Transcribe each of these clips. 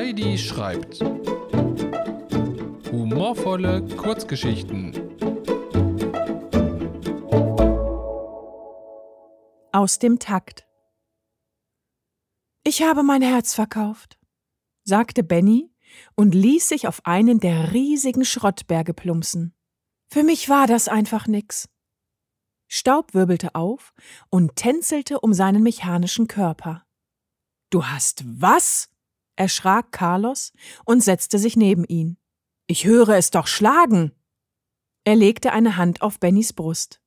Heidi schreibt. Humorvolle Kurzgeschichten. Aus dem Takt. Ich habe mein Herz verkauft, sagte Benny und ließ sich auf einen der riesigen Schrottberge plumpsen. Für mich war das einfach nix. Staub wirbelte auf und tänzelte um seinen mechanischen Körper. »Du hast was?« erschrak Carlos und setzte sich neben ihn. »Ich höre es doch schlagen!« Er legte eine Hand auf Bennys Brust.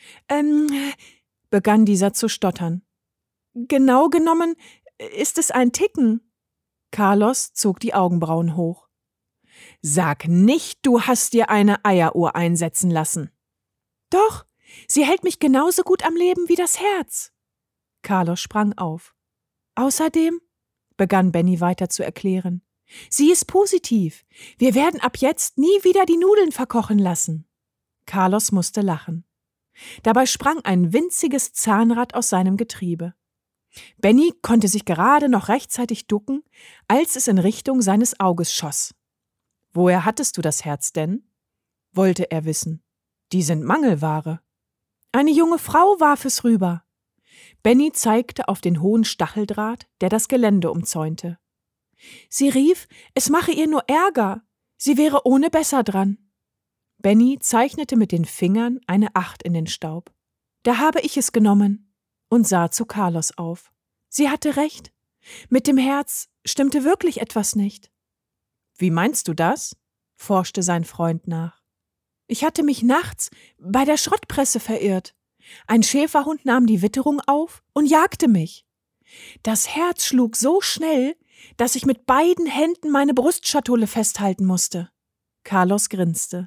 Begann dieser zu stottern. »Genau genommen ist es ein Ticken.« Carlos zog die Augenbrauen hoch. »Sag nicht, du hast dir eine Eieruhr einsetzen lassen.« »Doch, sie hält mich genauso gut am Leben wie das Herz.« Carlos sprang auf. »Außerdem«, begann Benny weiter zu erklären, »sie ist positiv. Wir werden ab jetzt nie wieder die Nudeln verkochen lassen.« Carlos musste lachen. Dabei sprang ein winziges Zahnrad aus seinem Getriebe. Benny konnte sich gerade noch rechtzeitig ducken, als es in Richtung seines Auges schoss. »Woher hattest du das Herz denn?« wollte er wissen. »Die sind Mangelware.« »Eine junge Frau warf es rüber.« Benny zeigte auf den hohen Stacheldraht, der das Gelände umzäunte. »Sie rief, es mache ihr nur Ärger. Sie wäre ohne besser dran.« Benny zeichnete mit den Fingern eine 8 in den Staub. »Da habe ich es genommen« und sah zu Carlos auf. Sie hatte recht. Mit dem Herz stimmte wirklich etwas nicht. »Wie meinst du das?« forschte sein Freund nach. »Ich hatte mich nachts bei der Schrottpresse verirrt. Ein Schäferhund nahm die Witterung auf und jagte mich. Das Herz schlug so schnell, dass ich mit beiden Händen meine Brustschatulle festhalten musste.« Carlos grinste.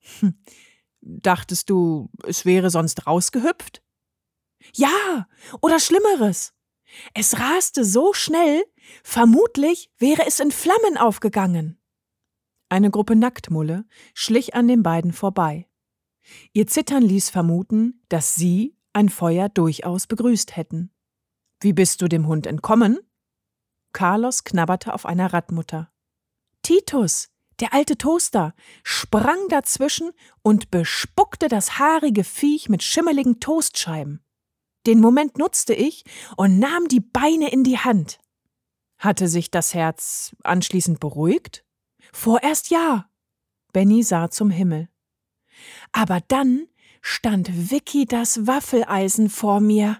»Dachtest du, es wäre sonst rausgehüpft?« »Ja, oder Schlimmeres. Es raste so schnell, vermutlich wäre es in Flammen aufgegangen.« Eine Gruppe Nacktmulle schlich an den beiden vorbei. Ihr Zittern ließ vermuten, dass sie ein Feuer durchaus begrüßt hätten. »Wie bist du dem Hund entkommen?« Carlos knabberte auf einer Radmutter. »Titus, der alte Toaster, sprang dazwischen und bespuckte das haarige Viech mit schimmeligen Toastscheiben. Den Moment nutzte ich und nahm die Beine in die Hand.« »Hatte sich das Herz anschließend beruhigt?« »Vorerst ja.« Benny sah zum Himmel. »Aber dann stand Vicky das Waffeleisen vor mir.«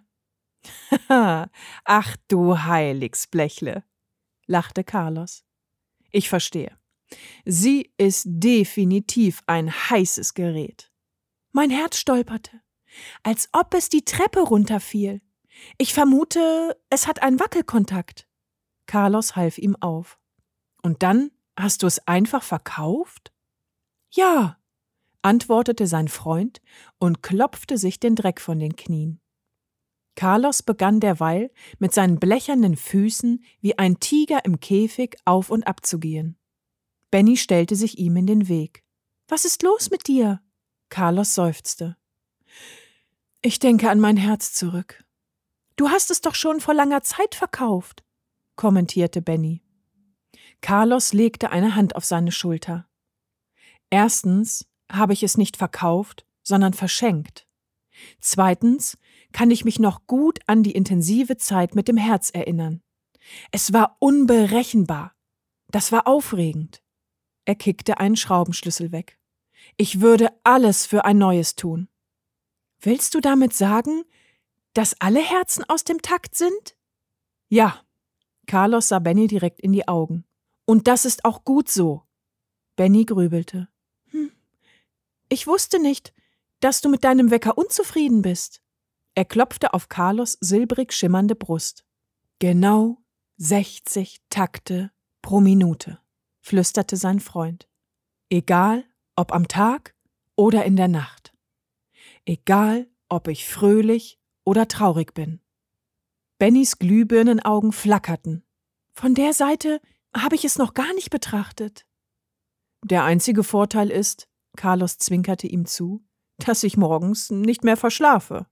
»Ach du Heiligsblechle«, lachte Carlos. »Ich verstehe. Sie ist definitiv ein heißes Gerät.« Mein Herz stolperte, als ob es die Treppe runterfiel. Ich vermute, es hat einen Wackelkontakt. Carlos half ihm auf. »Und dann hast du es einfach verkauft?« »Ja«, antwortete sein Freund und klopfte sich den Dreck von den Knien. Carlos begann derweil mit seinen blechernen Füßen wie ein Tiger im Käfig auf und ab zu gehen. Benny stellte sich ihm in den Weg. »Was ist los mit dir?« Carlos seufzte. »Ich denke an mein Herz zurück.« »Du hast es doch schon vor langer Zeit verkauft«, kommentierte Benny. Carlos legte eine Hand auf seine Schulter. »Erstens habe ich es nicht verkauft, sondern verschenkt. Zweitens kann ich mich noch gut an die intensive Zeit mit dem Herz erinnern. Es war unberechenbar. Das war aufregend.« Er kickte einen Schraubenschlüssel weg. »Ich würde alles für ein neues tun.« »Willst du damit sagen, dass alle Herzen aus dem Takt sind?« »Ja.« Carlos sah Benny direkt in die Augen. »Und das ist auch gut so.« Benny grübelte. »Ich wusste nicht, dass du mit deinem Wecker unzufrieden bist.« Er klopfte auf Carlos silbrig schimmernde Brust. »Genau 60 Takte pro Minute«, flüsterte sein Freund. »Egal, ob am Tag oder in der Nacht. Egal, ob ich fröhlich oder traurig bin.« Bennys Glühbirnenaugen flackerten. »Von der Seite habe ich es noch gar nicht betrachtet.« »Der einzige Vorteil ist«, Carlos zwinkerte ihm zu, »dass ich morgens nicht mehr verschlafe.«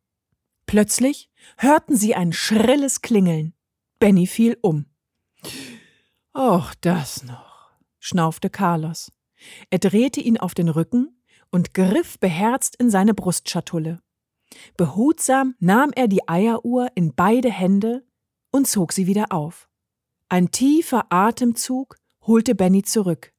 Plötzlich hörten sie ein schrilles Klingeln. Benny fiel um. »Och, das noch«, schnaufte Carlos. Er drehte ihn auf den Rücken und griff beherzt in seine Brustschatulle. Behutsam nahm er die Eieruhr in beide Hände und zog sie wieder auf. Ein tiefer Atemzug holte Benny zurück.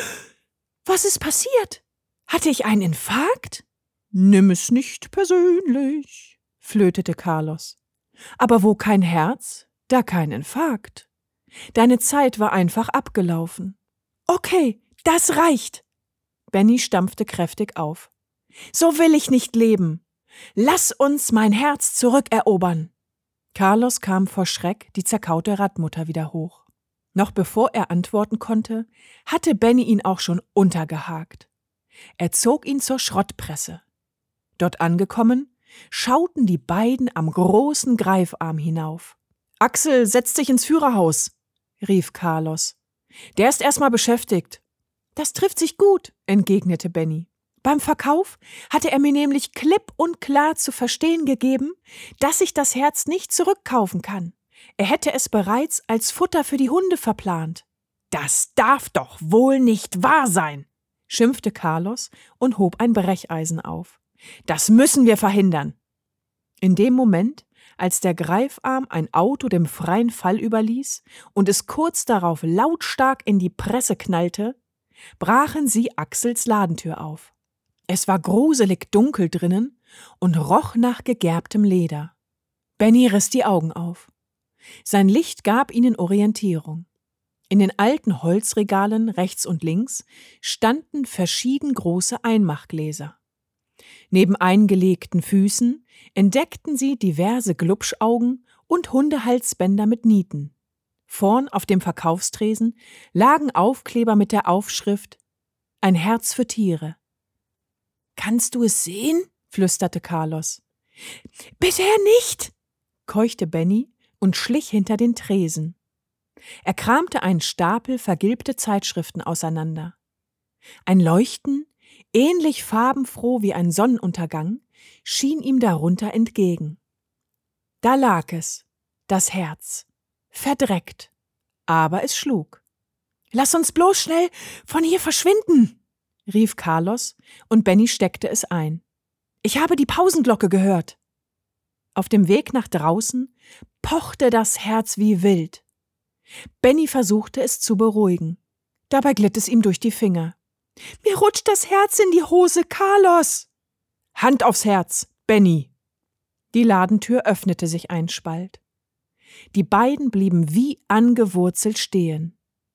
»Was ist passiert? Hatte ich einen Infarkt?« »Nimm es nicht persönlich«, flötete Carlos. »Aber wo kein Herz, da kein Infarkt. Deine Zeit war einfach abgelaufen.« »Okay, das reicht!« Benny stampfte kräftig auf. »So will ich nicht leben. Lass uns mein Herz zurückerobern.« Carlos kam vor Schreck die zerkaute Radmutter wieder hoch. Noch bevor er antworten konnte, hatte Benny ihn auch schon untergehakt. Er zog ihn zur Schrottpresse. Dort angekommen, schauten die beiden am großen Greifarm hinauf. »Axel, setz dich ins Führerhaus«, rief Carlos. »Der ist erstmal beschäftigt.« »Das trifft sich gut«, entgegnete Benny. »Beim Verkauf hatte er mir nämlich klipp und klar zu verstehen gegeben, dass ich das Herz nicht zurückkaufen kann. Er hätte es bereits als Futter für die Hunde verplant.« »Das darf doch wohl nicht wahr sein«, schimpfte Carlos und hob ein Brecheisen auf. »Das müssen wir verhindern.« In dem Moment, als der Greifarm ein Auto dem freien Fall überließ und es kurz darauf lautstark in die Presse knallte, brachen sie Axels Ladentür auf. Es war gruselig dunkel drinnen und roch nach gegerbtem Leder. Benny riss die Augen auf. Sein Licht gab ihnen Orientierung. In den alten Holzregalen rechts und links standen verschieden große Einmachgläser. Neben eingelegten Füßen entdeckten sie diverse Glubschaugen und Hundehalsbänder mit Nieten. Vorn auf dem Verkaufstresen lagen Aufkleber mit der Aufschrift »Ein Herz für Tiere«. »Kannst du es sehen?«, flüsterte Carlos. »Bisher nicht«, keuchte Benny und schlich hinter den Tresen. Er kramte einen Stapel vergilbte Zeitschriften auseinander. Ein Leuchten, ähnlich farbenfroh wie ein Sonnenuntergang, schien ihm darunter entgegen. Da lag es, das Herz, verdreckt, aber es schlug. »Lass uns bloß schnell von hier verschwinden«, rief Carlos, und Benny steckte es ein. »Ich habe die Pausenglocke gehört.« Auf dem Weg nach draußen pochte das Herz wie wild. Benny versuchte es zu beruhigen. Dabei glitt es ihm durch die Finger. »Mir rutscht das Herz in die Hose, Carlos!« »Hand aufs Herz, Benny!« Die Ladentür öffnete sich ein Spalt. Die beiden blieben wie angewurzelt stehen.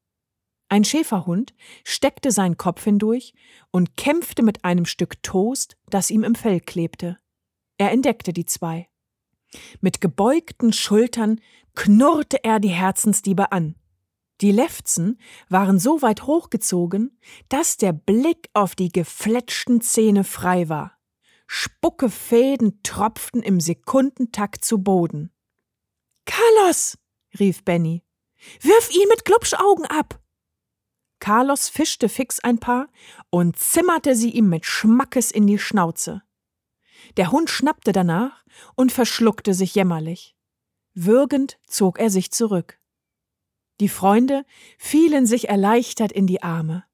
Ein Schäferhund steckte seinen Kopf hindurch und kämpfte mit einem Stück Toast, das ihm im Fell klebte. Er entdeckte die zwei. Mit gebeugten Schultern knurrte er die Herzensdiebe an. Die Lefzen waren so weit hochgezogen, dass der Blick auf die gefletschten Zähne frei war. Spuckefäden tropften im Sekundentakt zu Boden. »Carlos«, rief Benny, »wirf ihn mit Glubschaugen ab!« Carlos fischte fix ein paar und zimmerte sie ihm mit Schmackes in die Schnauze. Der Hund schnappte danach und verschluckte sich jämmerlich. Würgend zog er sich zurück. Die Freunde fielen sich erleichtert in die Arme.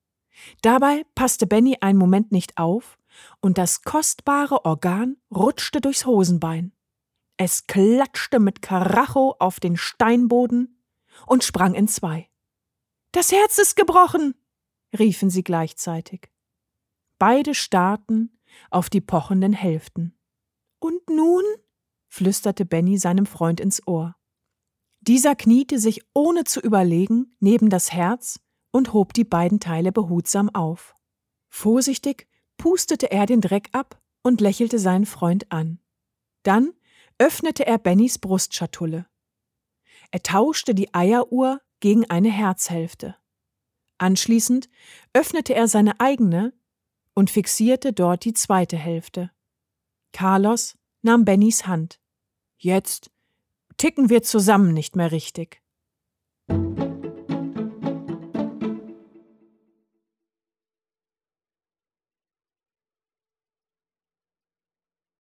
Dabei passte Benny einen Moment nicht auf und das kostbare Organ rutschte durchs Hosenbein. Es klatschte mit Karacho auf den Steinboden und sprang in zwei. »Das Herz ist gebrochen«, riefen sie gleichzeitig. Beide starrten auf die pochenden Hälften. »Und nun?«, flüsterte Benny seinem Freund ins Ohr. Dieser kniete sich ohne zu überlegen neben das Herz und hob die beiden Teile behutsam auf. Vorsichtig pustete er den Dreck ab und lächelte seinen Freund an. Dann öffnete er Bennys Brustschatulle. Er tauschte die Eieruhr gegen eine Herzhälfte. Anschließend öffnete er seine eigene und fixierte dort die zweite Hälfte. Carlos nahm Bennys Hand. »Jetzt ticken wir zusammen nicht mehr richtig«,